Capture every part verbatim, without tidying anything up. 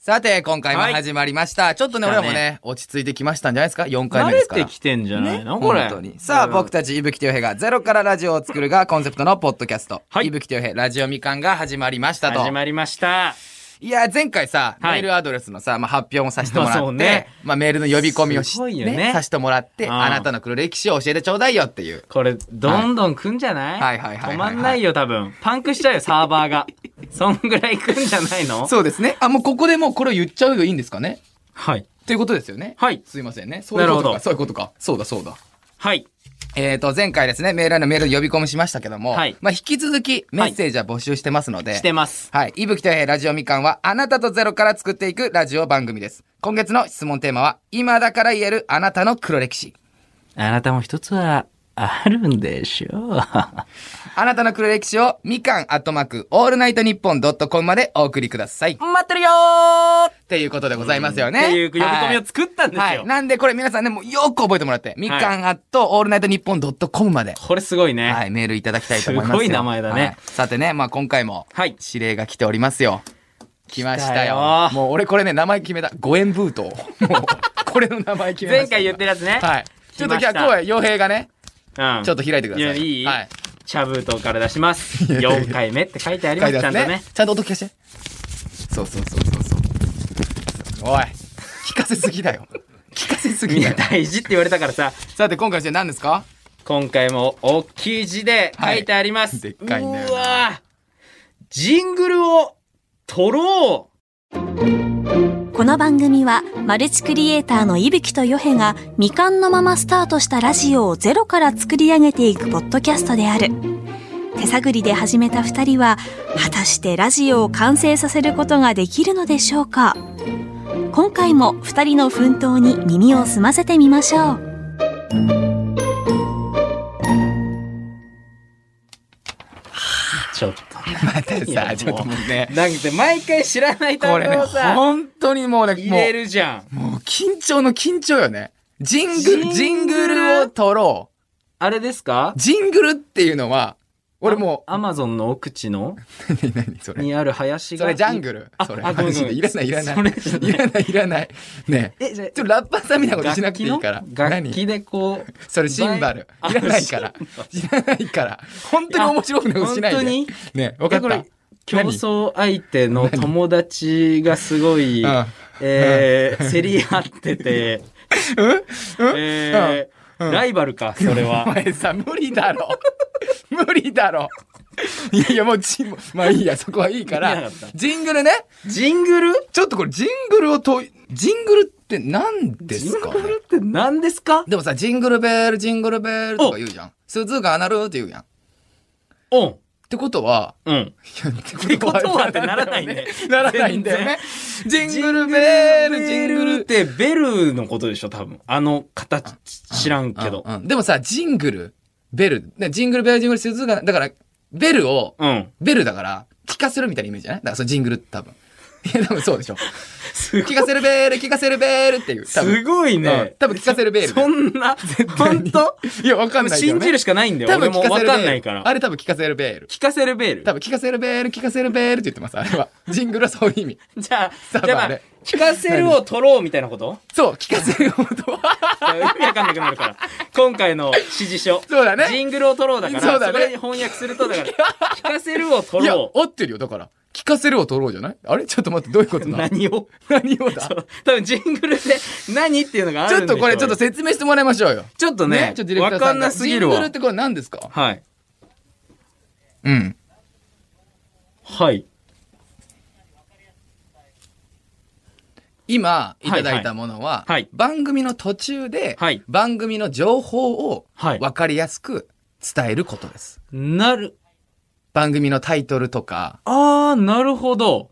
さて、今回も始まりました。はい、ちょっとね、俺らもね、落ち着いてきましたんじゃないですか ?よん 回目ですから。 慣れてきてんじゃないの、ね、これ。 本当に。さあ、僕たち、いぶきとよへがゼロからラジオを作るがコンセプトのポッドキャスト。はい。いぶきとよへラジオみかんが始まりましたと。 始まりました。 いや、前回さ、はい、メールアドレスのさ、まあ、発表もさせてもらって、まあね、まあ、メールの呼び込みをし、ねね、させてもらって、あなたの黒歴史を教えてちょうだいよっていう。 これ、どんどん来んじゃない、はい、はいはいはい、はい。止まんないよ、多分。パンクしちゃうよ、サーバーが。そんぐらい来んじゃないの？ そうですね。あ、もうここでもうこれを言っちゃうよいいんですかね？ はい。 ということですよね。 はい。 すいませんね。そういうことか。そういうことか。そうだそうだ。 はい。 えっと、前回ですね、メールのメール呼び込みしましたけども、はい。まあ、引き続きメッセージは募集してますので、はい、 してます。 はい。いぶきとよへラジオみかんは、あなたとゼロから作っていくラジオ番組です。今月の質問テーマは、今だから言えるあなたの黒歴史。 あなたも一つは、あるんでしょう。 あなたの黒歴史をみかんアットマークオールナイトニッポンドットコムまでお送りください。 待ってるよーっていうことでございますよね。 っていう呼び込みを作ったんですよ。はい。 はい、なんでこれ皆さんね、もうよく覚えてもらって、みかんアットオールナイトニッポンドットコムまで。 これすごいね。 はい、メールいただきたいと思いますよ。 すごい名前だね。はい、 さてね、まあ今回も、はい。指令が来ておりますよ。来ましたよ。もう俺これね、名前決めた。ごえんブート。もう、これの名前決めました。 前回言ってるやつね。 はい。ちょっと今日は傭兵がね、うん、ちょっと開いてください。いや、 いい？はい。茶封筒から出します。よんかいめって書いてあります、ちゃんとね。 ちゃんと音聞かせて。そうそうそうそうそう。おい、聞かせすぎだよ。聞かせすぎだよ。 大事って言われたからさ。 さて、今回の何ですか？ 今回も大きい字で書いてあります。はい、 でっかいね。 うわジングルを撮ろう。 この番組はマルチクリエイターのいぶきとよへが未完のままスタートしたラジオをゼロから作り上げていくポッドキャストである。手探りで始めた二人は果たしてラジオを完成させることができるのでしょうか。今回も二人の奮闘に耳を澄ませてみましょう。 ちょっと待ってさ、ちょっともうね。 なんか毎回知らない単語をさ、 ね、本当にもうね、 入れるじゃん。もう緊張の緊張よね。ジングル、ジングルを取ろう。 あれですか？ ジングルっていうのは、俺もう。アマゾンの奥地の何何それにある林が。 それジャングル。それ。 あ、ごめんごめん。 いらないいらない。いらないいらない。ねえ。え、ちょっとラッパーさんみたいなことしなくていいから。 楽器でこう。 それシンバル。いらないから。いらないから。本当に面白くなことしないで。 本当にねえ、わかった。 競争相手の友達がすごい、えー、競り合ってて、えー、ライバルか、それは。 お前さ、無理だろ。無理だろ。いやいや、もうジン、まあいいや、そこはいいから。ジングルね。 ジングル？ ちょっとこれジングルをと、ジングルって何ですか？ ジングルって何ですか？ でもさ、ジングルベール、ジングルベールとか言うじゃん。鈴が鳴るって言うやん。 おん。 ってことは、 うん。ってことはってならないね。 ならないんだよね。ジングルベール、ジングルってベルのことでしょ、多分。あの形知らんけど。 うん。でもさ、ジングル、ベル、ジングルベール、ジングル、鈴が、だから、ベルを、うん。ベルだから、聞かせるみたいなイメージじゃない？だからそのジングルって多分。いや、多分そうでしょ。聞かせるベール、聞かせるベールっていう。 すごいね、 うん。多分聞かせるベール。 そんな、本当？ いや、わかんないけど、ね。 信じるしかないんだよ。多分聞かせるベール。俺もわかんないから。 あれ多分聞かせるベール。 聞かせるベール。 多分聞かせるベール、聞かせるベールって言ってます。あれは。ジングルはそういう意味。 じゃあ、じゃあ、まあ、聞かせるを取ろうみたいなこと？ そう、聞かせるを取ろう。 意味わかんなくなるから。今回の指示書。 そうだね。 ジングルを取ろうだから。そうだね。それに翻訳すると、だから、聞かせるを取ろう。 いや、合ってるよ、だから。聞かせるを取ろうじゃない？あれちょっと待って、どういうことだ？ 何を何をだ？ 多分ジングルで何っていうのがあるんでしょう。 ちょっとこれちょっと説明してもらいましょうよ。 ちょっとね、ねちょっとわかんなすぎるわ。 ジングルってこれ何ですか？ はい。 うん。 はい。 今いただいたものは、はいはい、番組の途中で、はい、番組の情報をわかりやすく伝えることです。 なる。 番組のタイトルとか。 あー、なるほど。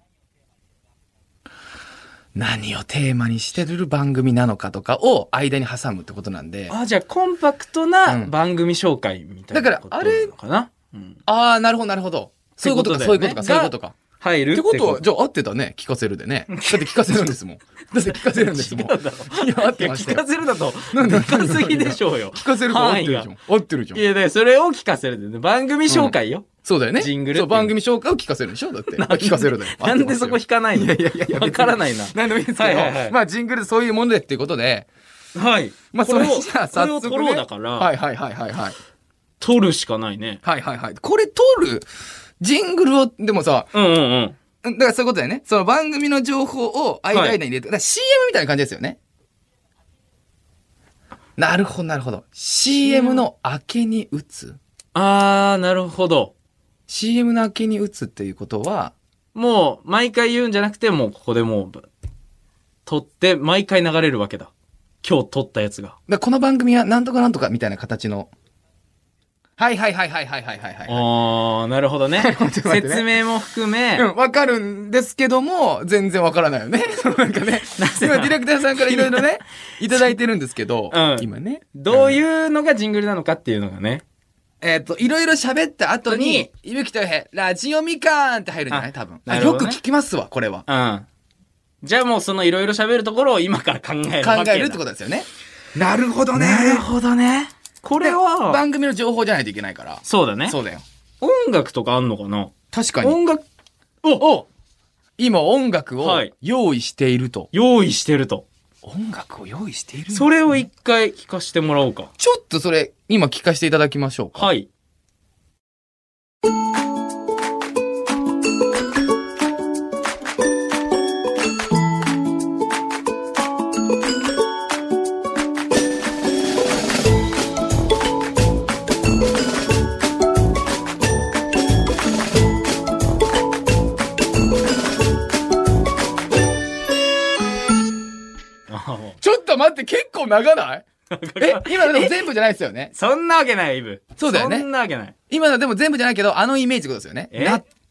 何をテーマにしてる番組なのかとかを間に挟むってことなんで。 あ、じゃあコンパクトな番組紹介みたいなことなのかな。だからあれ、 うん、あー、なるほどなるほど。そういうことか、そういうことか、そういうことか。 入るってことは、じゃあ合ってたね。聞かせるでね。だって聞かせるんですもん。だって聞かせるんですもん。いや、合ってましたよ。聞かせるだと、でかすぎでしょうよ。 聞かせると合ってるじゃん。合ってるじゃん。 いや、だからそれを聞かせるで、ね、番組紹介よ。 そうだよね。 ジングル。 そう、番組紹介を聞かせるでしょだって。聞かせるだよ。 なんでそこ引かないの？いやいやいや、わからないな。 なんでもいいんですけど、はいはいはい、まあジングルそういうものでっていうことで、 はい。 まあそれを、じゃあ早速、ね、 これを撮ろうだから、 はいはいはいはいはい。 撮るしかないね。 はいはいはい。これ撮るジングルを、でもさ、 うんうんうん。だからそういうことだよね。その番組の情報を間間に入れて、はい、だから シーエム みたいな感じですよね。なるほどなるほど。シーエム の明けに打つ。 あー、なるほど。 シーエム の明けに打つっていうことは、 もう、毎回言うんじゃなくて、もうここでもう、撮って、毎回流れるわけだ。今日撮ったやつが。 だこの番組はなんとかなんとかみたいな形の。はいはいはいはいはいはいはい、はい。 あー、なるほどね。ね説明も含め。 うん、わかるんですけども、全然わからないよね。なんかね、今ディレクターさんからいろいろね、いただいてるんですけど、うん、今ね。 どういうのがジングルなのかっていうのがね。 えっと、いろいろ喋った後に、いぶきとよへ、ラジオみかーんって入るんじゃない多分。ね、よく聞きますわ、これは。 うん。じゃあもうそのいろいろ喋るところを今から考える考えるってことですよね。なるほどね。 なるほどね。これは、 番組の情報じゃないといけないから。 そうだね。 そうだよ。 音楽とかあんのかな？ 確かに。 音楽、 おお今音楽を用意していると。 用意してると。 音楽を用意している？ それを一回聞かせてもらおうか。 ちょっとそれ、今聞かせていただきましょうか。 はい。 ちょっと待って、結構長ないえ、今のでも全部じゃないですよね。 そんなわけない、イブ。 そうだよね。 そんなわけない。 今のでも全部じゃないけど、あのイメージことですよね。 えな怖い。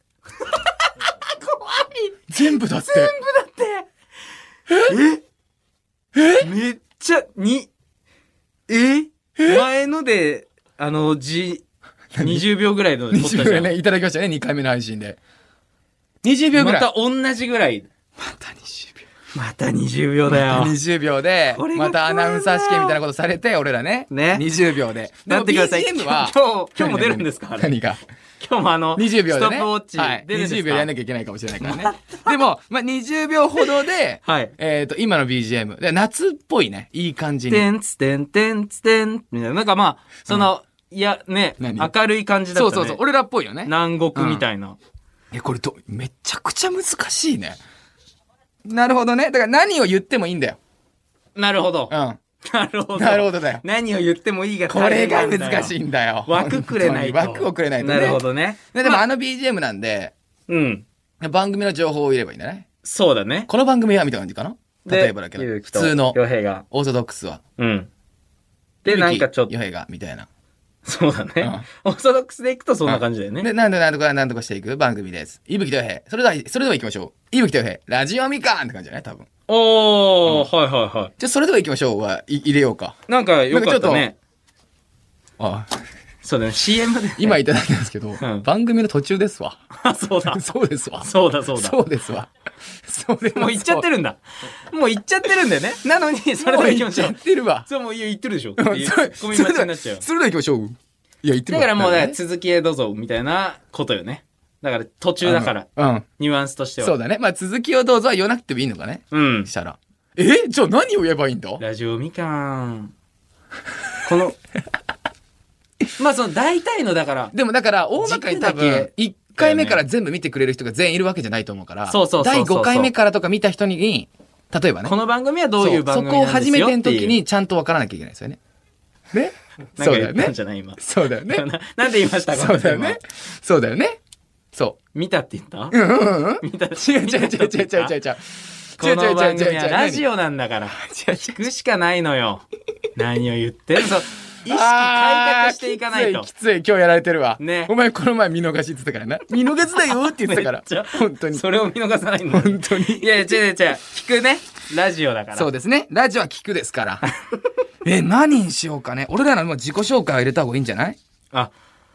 全部だって。 全部だって。ええめっちゃ、に、え前ので、あの、じ、にじゅうびょうぐらいの撮ったじゃん。にじゅうびょうぐらいね、いただきましたね、にかいめの配信で。にじゅうびょうぐらい。 また同じぐらい。 またにじゅうびょう。 またにじゅうびょうだよ。 またにじゅうびょうで、またアナウンサー試験みたいなことされて、俺らね。 ね。 にじゅうびょうで。 待ってください。今日、今日も出るんですか？ 何が？ 今日もあの、 にじゅうびょうでね。 ストップウォッチ。 はい。にじゅうびょうやんなきゃいけないかもしれないからね。でも、まあ、にじゅうびょうほどで、 はい。 えっと、今の ビージーエム。で、夏っぽいね。いい感じに。 てんつてんてんつてん。みたいな。なんかまあ、その、いや、ね、明るい感じだったね。 そうそうそう。俺らっぽいよね。 南国みたいな。 え、これと、めちゃくちゃ難しいね。なるほどね。だから何を言ってもいいんだよ。 なるほど。 うん。 なるほど。 なるほどだよ。 何を言ってもいいがこれが難しいんだよ。 枠くれないと。 枠をくれないとね。 なるほどね。 でもあの ビージーエム なんで、 うん。 番組の情報を入れればいいんだね。 そうだね。 この番組はみたいな感じかな例えばだけど。普通の。 ヨヘが。 オーソドックスは。 うん。で、なんかちょっと。 ヨヘが、みたいな。 そうだね。オーソドックスでいくとそんな感じだよね。 で、なんとなんとかなんとかしていく番組です。いぶきとよへい。それでは、それでは行きましょう。いぶきとよへい。ラジオみかんって感じじゃない多分。 おー、はいはいはい。 じゃあ、それでは行きましょうは、入れようか。 なんかよかったね。 ああ。 そうだね、シーエム で。 今いただいたんですけど、番組の途中ですわ。 あ、そうだ。 そうですわ。 そうだそうだ。 そうですわ。それもう行っちゃってるんだ。もう行っちゃってるんだよね。なのに、それでは行きましょう。 行っちゃってるわ。 そう、もう言ってるでしょ。それではそれでは行きましょう。いや、言ってるだからもうね、続きへどうぞ、みたいなことよね。だから途中だから。うん。ニュアンスとしては。 そうだね。まあ続きをどうぞは言わなくてもいいのかね。 うん。 したら。えじゃあ何を言えばいいんだラジオみかん。この、まあその大体のだから。 でもだから大まかに多分、いっかいめから全部見てくれる人が全員いるわけじゃないと思うから。 そうそうそう。 だいごかいめからとか見た人に、例えばね。 この番組はどういう番組なんですよっていう。 そこを初めての時にちゃんと分からなきゃいけないですよね。ねそうだよね。じゃない今。 そうだよね。 なんで言いましたかそうだよね。そうだよね。そう。 見たって言った？ うんうんうん。 見た。 違う違う違う違う違う違う違う。 この番組はラジオなんだから。聞くしかないのよ。何を言ってるの？意識改革していかないと。 きつい、きつい。今日やられてるわ。 ね。 お前この前見逃しって言ってたからな。見逃すだよって言ってたから。本当に。 それを見逃さないの。 本当に。 いや、違う違う違う。聞くね。ラジオだから。 そうですね。ラジオは聞くですから。え、何にしようかね。俺らのもう自己紹介を入れた方がいいんじゃない？ あ、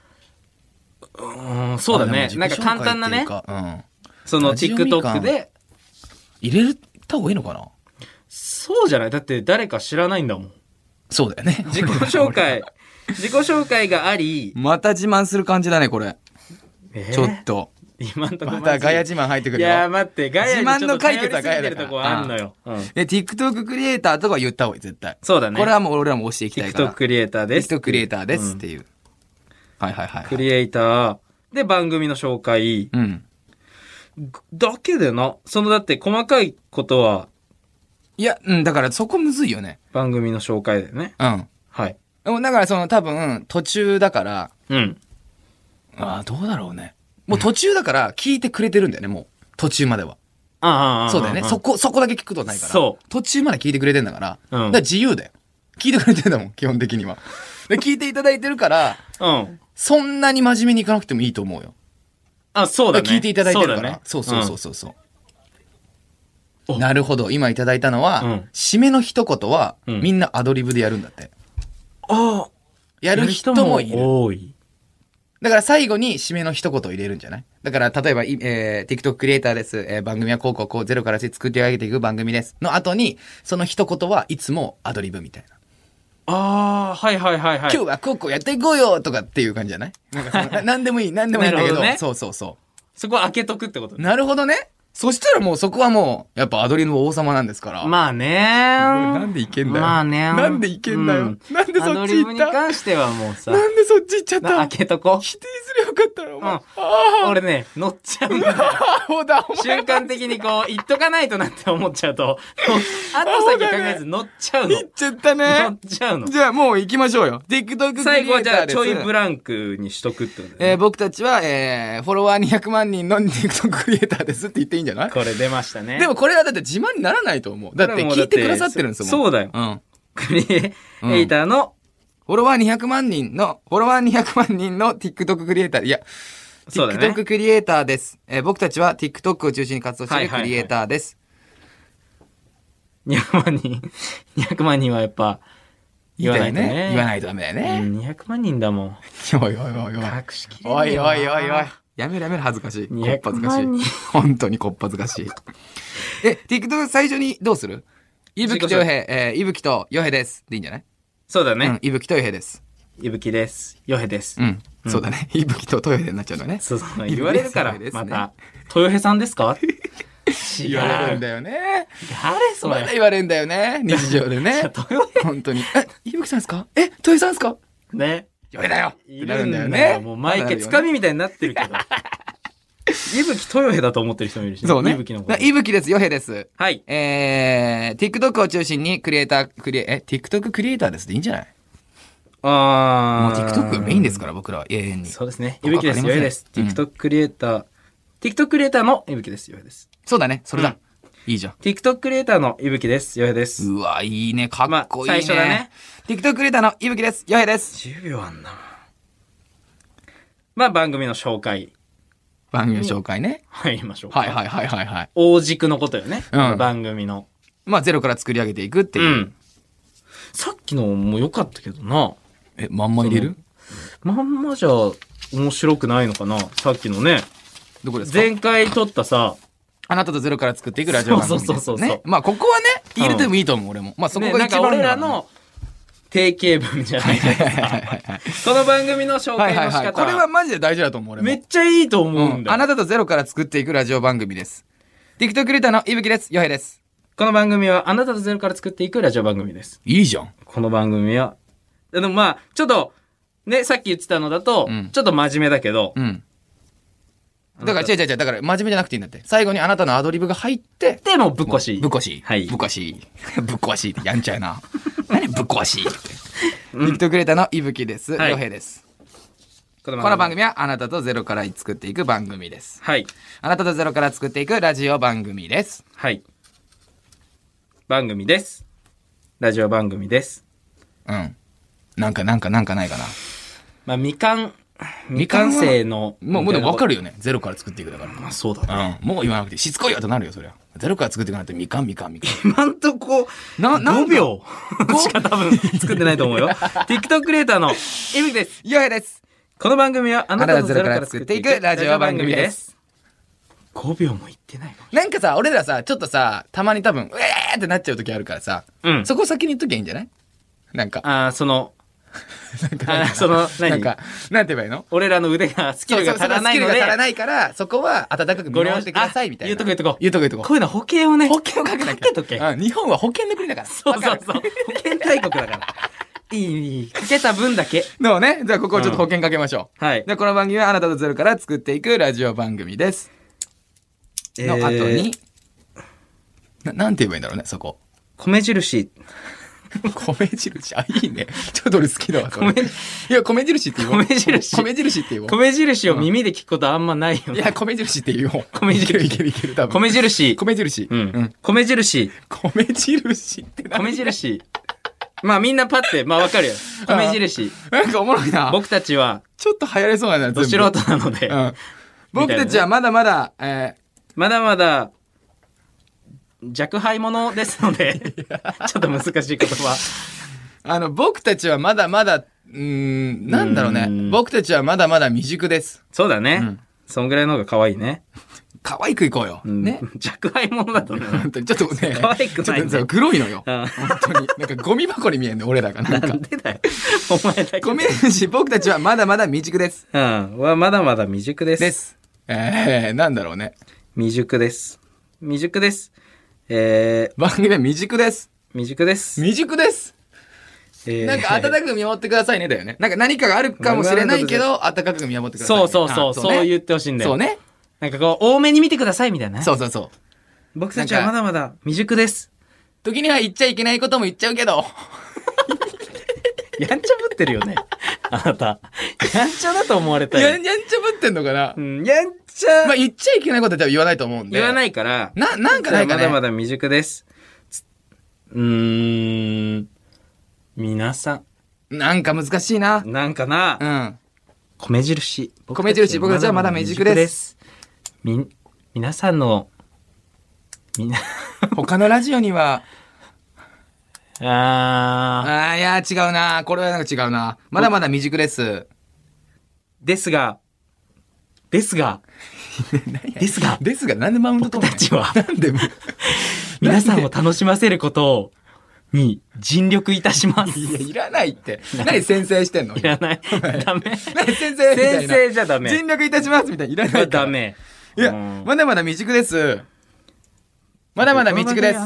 うん、そうだね。なんか簡単なね。 うん。 その TikTok で。 入れた方がいいのかな？ そうじゃない？だって誰か知らないんだもん。 そうだよね。 自己紹介。自己紹介があり。 また自慢する感じだね、これ。 えー、 ちょっと。 今んとこまたガヤ自慢入ってくるよ。 いや、待って、ガヤにちょっと自慢の解決はガヤだから頼りすぎてるとこあんのよ。うん。 で、TikTok クリエイターとかは言った方がいい、絶対。 そうだね。 これはもう俺らも押していきたいから。 TikTok クリエイターです。 TikTok クリエイターですっていう。うん、はいはいはい、はい。 クリエイターで番組の紹介。 うん。 だけでな。そのだって細かいことは。 いや、うん、だからそこむずいよね。 番組の紹介だよね。 うん。 はい。 でもだからその多分途中だから。 うん。 ああ、どうだろうね。もう途中だから聞いてくれてるんだよね、もう。途中までは。 ああ、 そうだよね。そこ、そこだけ聞くことないから。 そう。 途中まで聞いてくれてんだから。 うん。 だから自由だよ。聞いてくれてんだもん、基本的には。で聞いていただいてるから、 うん。 そんなに真面目にいかなくてもいいと思うよ。 あ、そうだね。 聞いていただいてるから。 そうだね、そうそうそうそう。うん、なるほど。今いただいたのは、うん、締めの一言は、うん、みんなアドリブでやるんだって。 ああ。 やる人もいる。 多い。 だから最後に締めの一言を入れるんじゃない？だから例えば、えー、TikTok クリエイターです。えー、番組はこうこうこうゼロから作って上げていく番組です。の後に、その一言はいつもアドリブみたいな。 ああ、はいはいはいはい。 今日はこうこうやっていこうよとかっていう感じじゃない？なんかそのなんでもいい、なんでもいいんだけど。どね、そうそうそう。 そこは開けとくってことね。 なるほどね。そしたらもうそこはもう、やっぱアドリブの王様なんですから。 まあねー。なんでいけんだよ。 まあねー。 なんでいけんだよ。うん、なんでそっち行った？アドリブに関してはもうさ。 なんでそっち行っちゃった？ 開けとこう。 否定すればよかったら、お前。うん、 あ俺ね、乗っちゃうんだよ。 そうだ、 瞬間的にこう、言っとかないとなって思っちゃうと、後先考えず乗っちゃうの。 行っちゃったね。 乗っちゃうの。 じゃあもう行きましょうよ。TikTok クリエイターです。 最後はじゃあちょいブランクにしとくってことね。 えー、僕たちは、えー、フォロワーにひゃくまん人の TikTok クリエイターですって言っていいんじゃない？ これ出ましたね。 でもこれはだって自慢にならないと思う。だって聞いてくださってるんですもん。 そうだよ。うん。クリエイターの、 フォロワーにひゃくまん人の、フォロワーにひゃくまん人の TikTok クリエイター、いや、 そうだね、 TikTok クリエイターです。えー、僕たちは TikTok を中心に活動しているクリエイターです。 にひゃくまん人。にひゃくまん人はやっぱ、言わないとね。 言わないとダメだよね。 うん、にひゃくまん人だもん。 おいおいおいおい。 隠しきれない。 おいおいおいおい。やめろやめろ恥ずかしい。 こっぱずかしい。 本当にこっぱずかしい。え、TikTok 最初にどうする？いぶきとよへ、えー、いぶきとよへです。でいいんじゃない？ そうだね。 うん、いぶきとよへです。 いぶきです。よへです。 うん。うん、そうだね。いぶきととよへになっちゃうのね。 そうそう。言われるから、また。とよへさんですか？ 言われるんだよね。 誰それ？ まだ言われるんだよね。日常でね。本当に。え、いぶきさんですか？え、とよへさんですか？ ね。 よへだよ。 いるんだよね。もう毎回つかみみたいになってるけど。いぶきとよへだと思ってる人もいるし、 そうね。 いぶきのこと。 いぶきです、よへです。 はい。 えー、TikTok を中心にクリエイター、クリエ、え、TikTok クリエイターですでいいんじゃない？ あー。もう TikTok がメインですから、僕らは永遠に。 そうですね。いぶきです、よへです。TikTok クリエイター、TikTok クリエイターのいぶきです、よへです。 そうだね、それだ。いいじゃん。 TikTok クリエイターのいぶきです、よへです。 うわ、いいね、かっこいいね。 最初だね。 TikTok クリエイターのいぶきです、よへです。 じゅうびょうあんな。まあ、番組の紹介。 番組の紹介ね。 入りましょうか。 はいはいはいはいはい。 大軸のことよね。 うん。 番組の。 まあ、ゼロから作り上げていくっていう。うん。 さっきのも良かったけどな。 え、まんま入れる？ まんまじゃ面白くないのかなさっきのね。 どこですか？ 前回撮ったさ、 あなたとゼロから作っていくラジオ番組です、ね。そうそうそうそう。まあ、ここはね、入れてもいいと思う、俺も。まあ、そこが一番、ね、なんか俺らの定型文じゃないですか。この番組の紹介の仕方。はいはいはい。 これはマジで大事だと思う、俺も。 めっちゃいいと思うんだよ、 うん。あなたとゼロから作っていくラジオ番組です。TikTok クリエイターのいぶきです。よへです。 この番組はあなたとゼロから作っていくラジオ番組です。 いいじゃん。 この番組は。でもまあ、ちょっと、ね、さっき言ってたのだと、うん、ちょっと真面目だけど。 うん。だから、違う違う違う、だから真面目じゃなくていいんだって。最後にあなたのアドリブが入って、 でもぶっ壊し。 ぶっ壊し。 はい。 ぶっ壊し。ぶっ壊しってやんちゃやな。何ぶっ壊しって。TikTok クリエイターのいぶきです。よへです。この番組はあなたとゼロから作っていく番組です。 はい。 あなたとゼロから作っていくラジオ番組です。 はい。番組です。ラジオ番組です。 うん。なんかなんかなんかないかな。 まあ、未完、未完成の。 もう、もうでも分かるよね。ゼロから作っていくだから。 まあ、そうだね。うん。もう言わなくて、しつこいよとなるよ、そりゃ。ゼロから作っていかないと未完未完未完。 今んとこ、な、ごびょうしか多分作ってないと思うよ。TikTok クリエイターのいぶきです。 よへです。 この番組はあなたとゼロから作っていくラジオ番組です。ごびょうも言ってないの？ なんかさ、俺らさ、ちょっとさ、たまに多分、うえーってなっちゃう時あるからさ、うん。そこ先に言っときゃいいんじゃない？なんか。 ああ、その、 なんかあその何なんか、なんて言えばいいの？ 俺らの腕が、スキルが足らないので。 そうそうそうスキルが足らないから、そこは温かく見守ってくださいみたいな。 言うとこ言うとこ。 言うとこ言うとこ。 こういうの保険をね。 保険をかけなきゃ。 かけとけ。 うん、日本は保険の国だから。 そうそうそう。保険大国だから。いい、いい。かけた分だけ。 でもね、じゃあここをちょっと保険かけましょう。 うん、はい。 で、この番組はあなたとゼロから作っていくラジオ番組です。の後に、な、なんて言えばいいんだろうね、そこ。 米印。 米印あ、いいね。ちょっと俺好きだわ、それ。いや、米印って言おう。 米印。 米印って言おう。 米印を耳で聞くことあんまないよ、ね。 いや、米印って言おう。 米印。 いけるいける、多分。 米印。 米印。 うん。うん。米印。 米印って何？ 米印。まあみんなパッて、まあわかるよ。米印。 なんかおもろいな。 僕たちは、 ちょっと流行りそうなんだよ、 ど素人なので。 うん。僕たちはまだまだ、えー、 まだまだ、若輩者ですので、ちょっと難しい言葉。 あの、僕たちはまだまだ、うーん、なんだろうね。僕たちはまだまだ未熟です。 そうだね。 うん、 そんぐらいの方が可愛いね。 可愛くいこうよ。 うん、ね。若輩者だとね。 本当にちょっとね。 可愛くない、ね。 ちょっと黒いのよ。本当に。なんかゴミ箱に見えんね、俺らが。なんか。 なんでだよ。お前だけ。 米印、僕たちはまだまだ未熟です。 うん。はまだまだ未熟です。 です。えー、なんだろうね。 未熟です。未熟です。えー、番組は未熟です。 未熟です。 未熟です。えー、なんか温かく見守ってくださいねだよね。なんか何かがあるかもしれないけど、温かく見守ってください、ね。 そうそうそう、そう、ね、そう言ってほしいんだよ。 そうね。 なんかこう、多めに見てくださいみたいな。 そうそうそう。 僕たちはまだまだ未熟です。 時には言っちゃいけないことも言っちゃうけど。 やんちゃぶってるよね。あなた。やんちゃだと思われたい。 やん、やんちゃぶってんのかな、 うん、やんちゃ。 まあ言っちゃいけないことは多分言わないと思うんで。 言わないから。 な、なんかないかね。 まだまだ未熟です。うーん。皆さん。 なんか難しいな。 なんかな。 うん。 米印。 米印、僕たちはまだ未熟です。 み、皆さんの、みな、 他のラジオには、 あー。あー、いや、違うな。これはなんか違うな。まだまだ未熟です。 ですが、ですが、ですが、 ですが、なんでマウント取るの？ 僕たちは、 なんで皆さんを楽しませることを、に尽力いたします。 いや、いらないって。何先生してんの？ いらない。ダメ。 何先生みたいな。 先生じゃダメ。 尽力いたしますみたいな。いらない。 ダメ。 いや、まだまだ未熟です。まだまだ未熟です。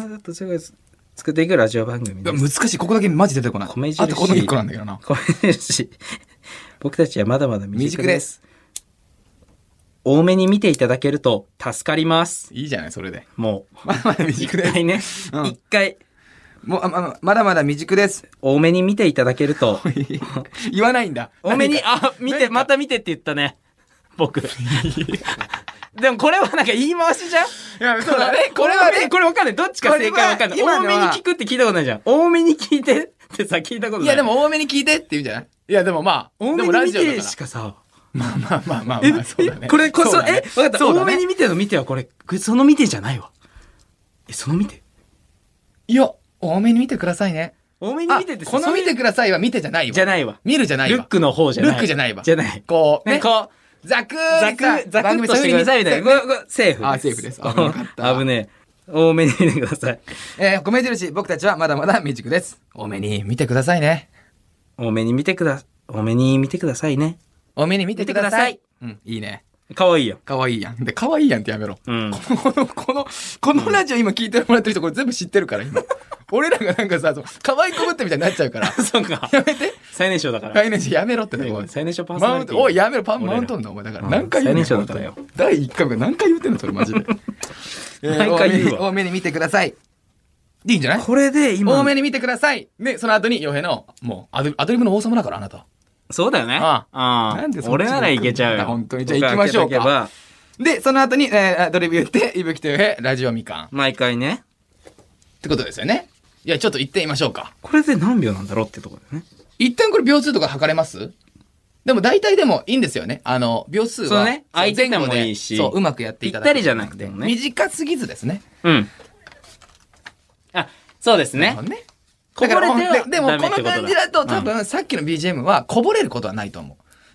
作っていくラジオ番組です。 難しい。ここだけマジ出てこない。 米印。 あとこの一個なんだけどな。 米印。僕たちはまだまだ未熟です。多めに見ていただけると助かります。 いいじゃない、それで。 もう。まだまだ未熟です。 一回ね。一回。 もう、あ、ま、まだまだ未熟です。 多めに見ていただけると。 言わないんだ。 多めに、あ、見て、また見てって言ったね。僕。でもこれはなんか言い回しじゃん？ いや、そうだね。これはね、 これわかんない。どっちか正解わかんない。多めに聞くって聞いたことないじゃん。多めに聞いてってさ、聞いたことない。 いや、でも多めに聞いてって言うんじゃない？いや、でもまあ、 多めに見てしかさ。 まあまあまあまあまあ、そうだね。 これ、これ、そ、え、わかった。多めに見ての見てはこれ、その見てじゃないわ。え、その見て？ いや、多めに見てくださいね。 多めに見てってこの見てくださいは見てじゃないわ。 じゃないわ。 見るじゃないわ。 ルックの方じゃない。 ルックじゃないわ。 じゃない。 こう、 ね、こう、ザクーザク、ザクッとしてくださいみたいな。セーフ。 あ、セーフです。危なかった。 危ねえ。多めに見てください。 えー、米印、僕たちはまだまだ未熟です。多めに見てくださいね。 多めに見てくだ、多めに見てくださいね。 多めに見てください。うん、いいね。 かわいいやん。 かわいいやん。で、かわいいやんってやめろ。 うん。 この、この、このラジオ今聞いてもらってる人これ全部知ってるから今。俺らがなんかさ、そう、可愛いこぶってみたいになっちゃうから。 そうか。 やめて。 最年少だから。 最年少やめろってとこ。 最年少パーソナリティ。 マウント、おい、やめろ、パンマウントんだ、お前。だから何回言うの？ 最年少だからよ。 だいいっかいが何回言ってんのそれマジで。 何回言うわ。 多めに見てください。いいんじゃない？ これで今。 多めに見てください。で、その後に、ヨヘの、もう、アドアドリブの王様だから、あなた。 そうだよね。ああ。なんでそ俺ならいけちゃうよ。 本当に。じゃあ行きましょうか。で、その後に、えー、アドリブ言って、いぶきとヨヘ、ラジオみかん。 毎回ね。 ってことですよね。いや、ちょっと言ってみましょうか。 これで何秒なんだろうってところだよね。 一旦これ秒数とか測れます？でも大体でもいいんですよね。あの、秒数は。 そうね。相手でもいいし。 そう、うまくやっていただく。 ぴったりじゃなくてもね。 短すぎずですね。 うん。あ、そうですね。 ね。 こぼれてはでもこの感じだと多分さっきの ビージーエム はこぼれることはないと思う。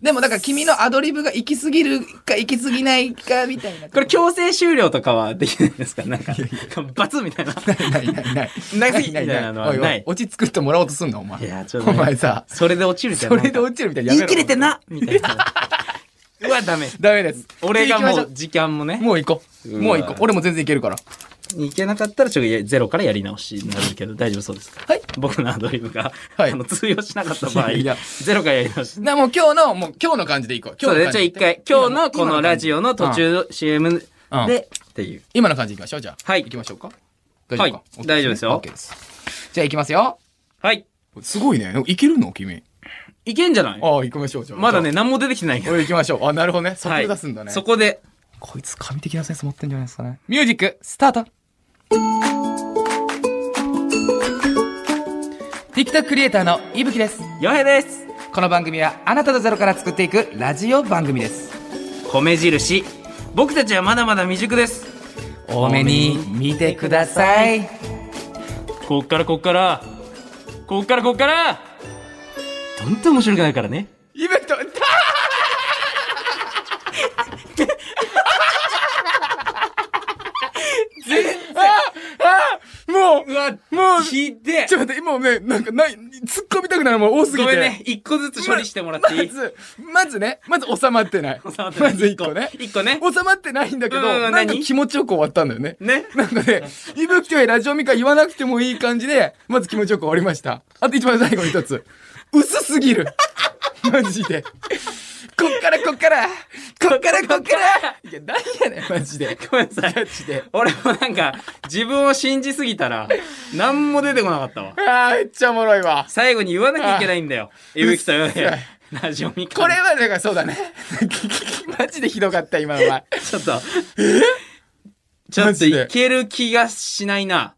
でもだから君のアドリブが行き過ぎるか行き過ぎないかみたいな。 これ強制終了とかはできないんですか？なんか、バツみたいな。 ないないないない。 長すぎみたいなのはない。 おいおい、落ち作ってもらおうとすんのお前。 いや、ちょっと。 お前さ、 それで落ちるじゃん。 それで落ちるみたいな。 言い切れてなみたいな。うわ、ダメ。 ダメです。 俺がもう時間もね。 もう行こう。もう行こう。俺も全然いけるから。 いけなかったらちょっとゼロからやり直しになるけど大丈夫そうですか？ はい。 僕のアドリブが、 はい、 あの通用しなかった場合、 いやゼロからやり直し。 な、もう今日の、もう今日の感じでいこう。 今日の感じ。そうで、じゃあ一回、今日のこのラジオの途中 シーエム で、うん、っていう。 今の感じいきましょう、じゃあ。 はい。 行きましょうか。 大丈夫か、はい、大丈夫ですよ。 OK です。じゃあ行きますよ。 はい。 すごいね。いけるの君。 いけんじゃない？ ああ、行きましょう。じゃあまだね、何も出てきてないけど。 行きましょう。あ、なるほどね。そこで出すんだね。 はい、そこで。 こいつ神的なセンス持ってんじゃないですかね。ミュージック、スタート。TikTok クリエイターのいぶきです。 よへいです。 この番組はあなたとゼロから作っていくラジオ番組です。 米印、僕たちはまだまだ未熟です。 多めに見てください。 こっからこっからこっからこっからどんどん面白くなるからね。 いぶきと全然ああもううわもうひでちょっと待って、今ね、なんかない、突っ込みたくなるもん多すぎて。 ごめんね、一個ずつ処理してもらっていい？ まず、まずね、まず収まってない。 収まってない。 まず一個ね。 一個ね。 収まってないんだけど、なんか気持ちよく終わったんだよね。 ね。 なんかね、いぶきとラジオミカ言わなくてもいい感じで、まず気持ちよく終わりました。あと一番最後に一つ。薄すぎる。マジで。こっからこっからこっからこっからいや、何やねん、マジで。 ごめんなさい。 マジで。 俺もなんか、自分を信じすぎたら、何も出てこなかったわ。 ああ、めっちゃおもろいわ。 最後に言わなきゃいけないんだよ。いぶきとよへい。ラジオミカ。 これは、だからそうだね。マジでひどかった、今のは。 ちょっと。えちょっといける気がしないな。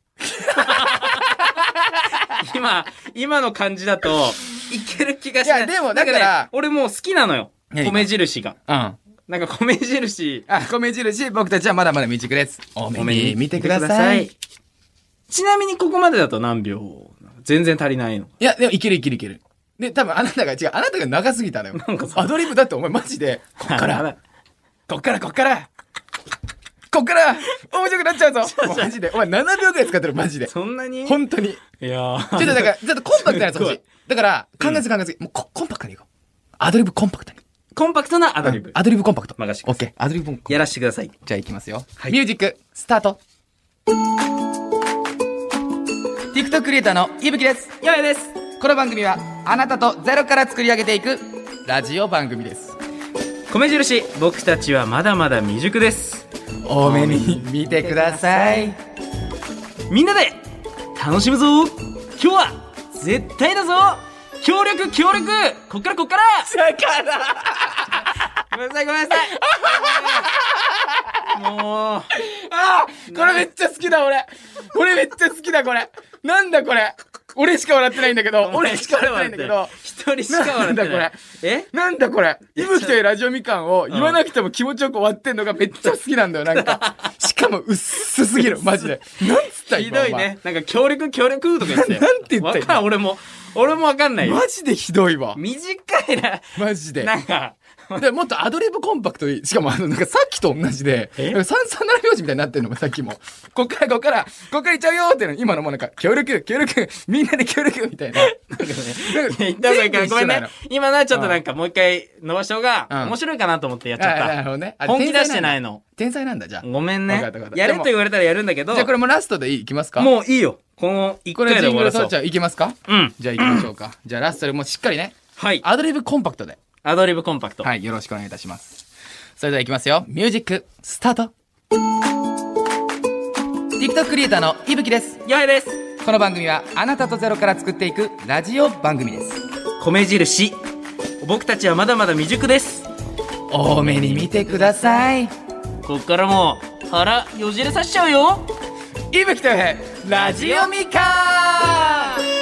今、今の感じだと、いける気がしない。 いや、でも、だから、 ね、俺もう好きなのよ。米印が。 うん。 なんか米印。 あ、米印、僕たちはまだまだ未熟です。多めに見てください。 ちなみにここまでだと何秒？全然足りないの。 いや、でもいけるいけるいける。で、多分あなたが違う、あなたが長すぎたのよ。なんかアドリブだってお前マジで、こっから、こっからこっから、こっから面白くなっちゃうぞマジで。お前ななびょうぐらい使ってる、マジで。 そんなに本当に。 いやー。 ちょっとだから、ちょっとコンパクトなやつ欲しい。だから、考えず考えず、もうコンパクトにいこう。アドリブコンパクトに。 コンパクトなアドリブ。 アドリブコンパクト。 任してください。 オッケー。アドリブコンパクト。 やらしてください。 じゃあ行きますよ。 はい。 ミュージック、スタート。TikTok クリエイターのいぶきです。 よへいです。 この番組は、あなたとゼロから作り上げていく、ラジオ番組です。 米印、僕たちはまだまだ未熟です。 多めに見てください。 みんなで、楽しむぞ。今日は、絶対だぞ。協力協力こっからこっからだからごめんなさいごめんなさいもう。 ああこれめっちゃ好きだ俺俺めっちゃ好きだこれなんだこれ俺しか笑ってないんだけど俺しか笑ってないんだけど一人しか笑ってない。 なんだこれえなんだこれいぶきというラジオみかんを言わなくても気持ちよく終わってんのがめっちゃ好きなんだよなんかしかも薄すぎるマジでなんつったひどいねなんか協力協力とか言ってなんて言ったわかん俺も俺もわかんないよマジでひどいわ短いなマジでなんかでもっとアドリブコンパクトにしかもあのなんかさっきと同じで三三七拍子みたいになってんのもさっきもこっからこっからこっからいっちゃうよーっての今のもなんか協力協力みんなで協力みたいななんかね言った方がいいからごめんね今のはちょっとなんかもう一回伸ばした方が面白いかなと思ってやっちゃったなるほどね本気出してないの天才なんだじゃあごめんねやれと言われたらやるんだけどじゃあこれもラストでいいいきますかもういいよこの一回で終わらそう。 じゃあいきますかうんじゃあいきましょうかじゃあラストでもうしっかりねはいアドリブコンパクトでアドリブコンパクト。 はい、よろしくお願いいたします。それではいきますよ。ミュージック、スタート。TikTok クリエイターのいぶきです。 よへいです。 この番組はあなたとゼロから作っていくラジオ番組です。 米印、僕たちはまだまだ未熟です。 多めに見てください。 こっからも腹よじれさしちゃうよ。 いぶきとよへい、ラジオミカー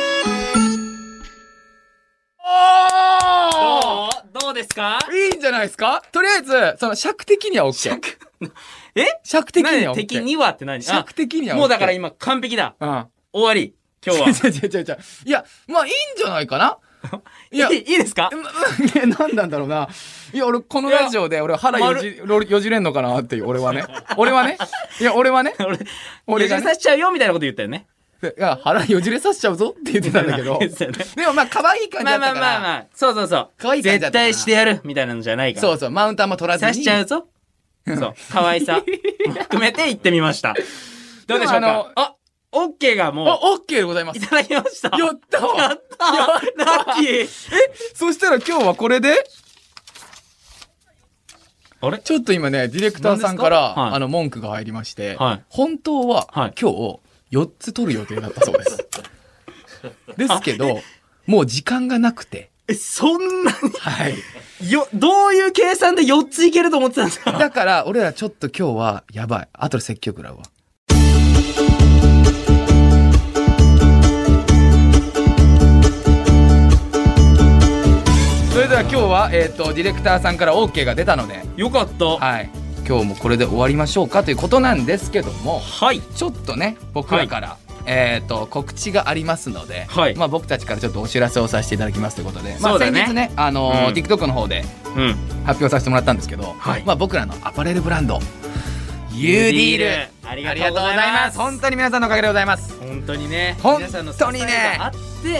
どうどうですかいいんじゃないですかとりあえず、その尺的には OK。 尺え尺的には OK。 的にはって何尺的には OK。 もうだから今完璧だ。 うん。 終わり。今日は。 違う違う違う違う。いや、まあいいんじゃないかないや、いいいいですか？ え、なんなんだろうな。いや、俺、このラジオで俺腹よじ、よじれんのかなっていう、俺はね。俺はね。いや、俺はね。 俺、俺が、ね、よじれさせちゃうよみたいなこと言ったよね。 いや、腹よじれさせちゃうぞって言ってたんだけど。ね、でもまあ、可愛い感じだったから。まあまあまあまあ。 そうそうそう。 可愛い感じだったから。 絶対してやるみたいなのじゃないから。 そうそう、マウントあんま取らずに。 させちゃうぞ。そう。可愛さ。含めて言ってみました。どうでしょうか？あ、オッケーがもう。 あ、オッケーでございます。 いただきました。 やったわ。 やったー。ラッキー。え、 そしたら今日はこれであれちょっと今ね、ディレクターさんから、はい、あの、文句が入りまして、はい、本当は、はい、今日よっつ撮る予定だったそうです。ですけど、もう時間がなくて。 え、そんなにはい。 よ、どういう計算でよっついけると思ってたんですか？ だから、俺らちょっと今日は、やばい。後で説教食らうわ。それでは今日は、えっと、ディレクターさんから オーケー が出たので。 よかった。 はい。今日もこれで終わりましょうかということなんですけども。 はい。 ちょっとね、僕らから、はい、えっと、告知がありますので、はい。まあ僕たちからちょっとお知らせをさせていただきますということで。まあ先日ね、あのーうん、TikTok の方で、発表させてもらったんですけど、はい。まあ僕らのアパレルブランド、ユーディール。 ありがとうございます。 本当に皆さんのおかげでございます。 本当にね。 本当にね。 あって、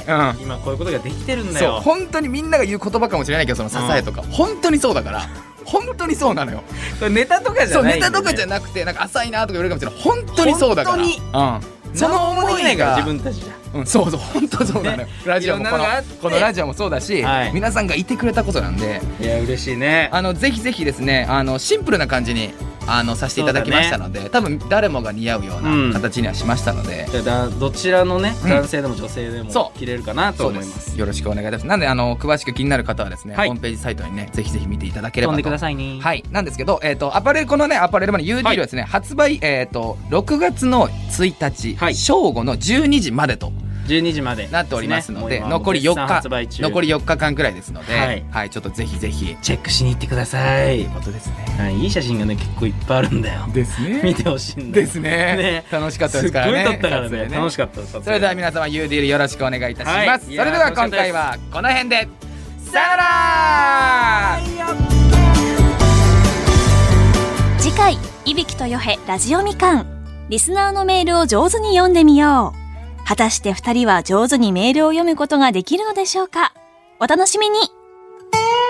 うん、今こういうことができてるんだよ。 そう、本当にみんなが言う言葉かもしれないけど、その支えとか、うん、本当にそうだから。本当にそうなのよ。 これネタとかじゃない、 ね。そう、ネタとかじゃなくて、なんか浅いなとか言われるかもしれない。本当にそうだから。本当に。うん。その思いが自分たちじゃ。 うん、そうそう、本当そうなのよ。ラジオもこのこのラジオもそうだし、はい、皆さんがいてくれたことなんで。 いや嬉しいね。 あのぜひぜひですね、あのシンプルな感じにあのさせていただきましたので、ね、多分誰もが似合うような形にはしましたので、 うん、だどちらのね、男性でも女性でも着れるかなと思います。 よろしくお願いいたします。なんであの詳しく気になる方はですね、はい、ホームページサイトにねぜひぜひ見ていただければと。 飛んでくださいね。 はい。なんですけど、えっ、ー、とアパレルこのねアパレルマネ ユーディール はですね、はい、発売えっ、ー、とろくがつのついたち、はい、正午のじゅうにじまでと。 じゅうにじまでなっておりますので、ね、残りよっか残りよっかかんくらいですので、はい、はい、ちょっとぜひぜひチェックしに行ってください。 ということですね。 はい、いい写真がね結構いっぱいあるんだよ。 ですね。 見てほしいんだよ。 ですね。ね、楽しかったですからね。 すっごい撮ったからね。楽しかったです。 それでは皆様 ユーディール よろしくお願いいたします。はい、それでは今回はこの辺でさよなら。 次回いびきとよへラジオみかん、リスナーのメールを上手に読んでみよう。果たして二人は上手にメールを読むことができるのでしょうか。お楽しみに。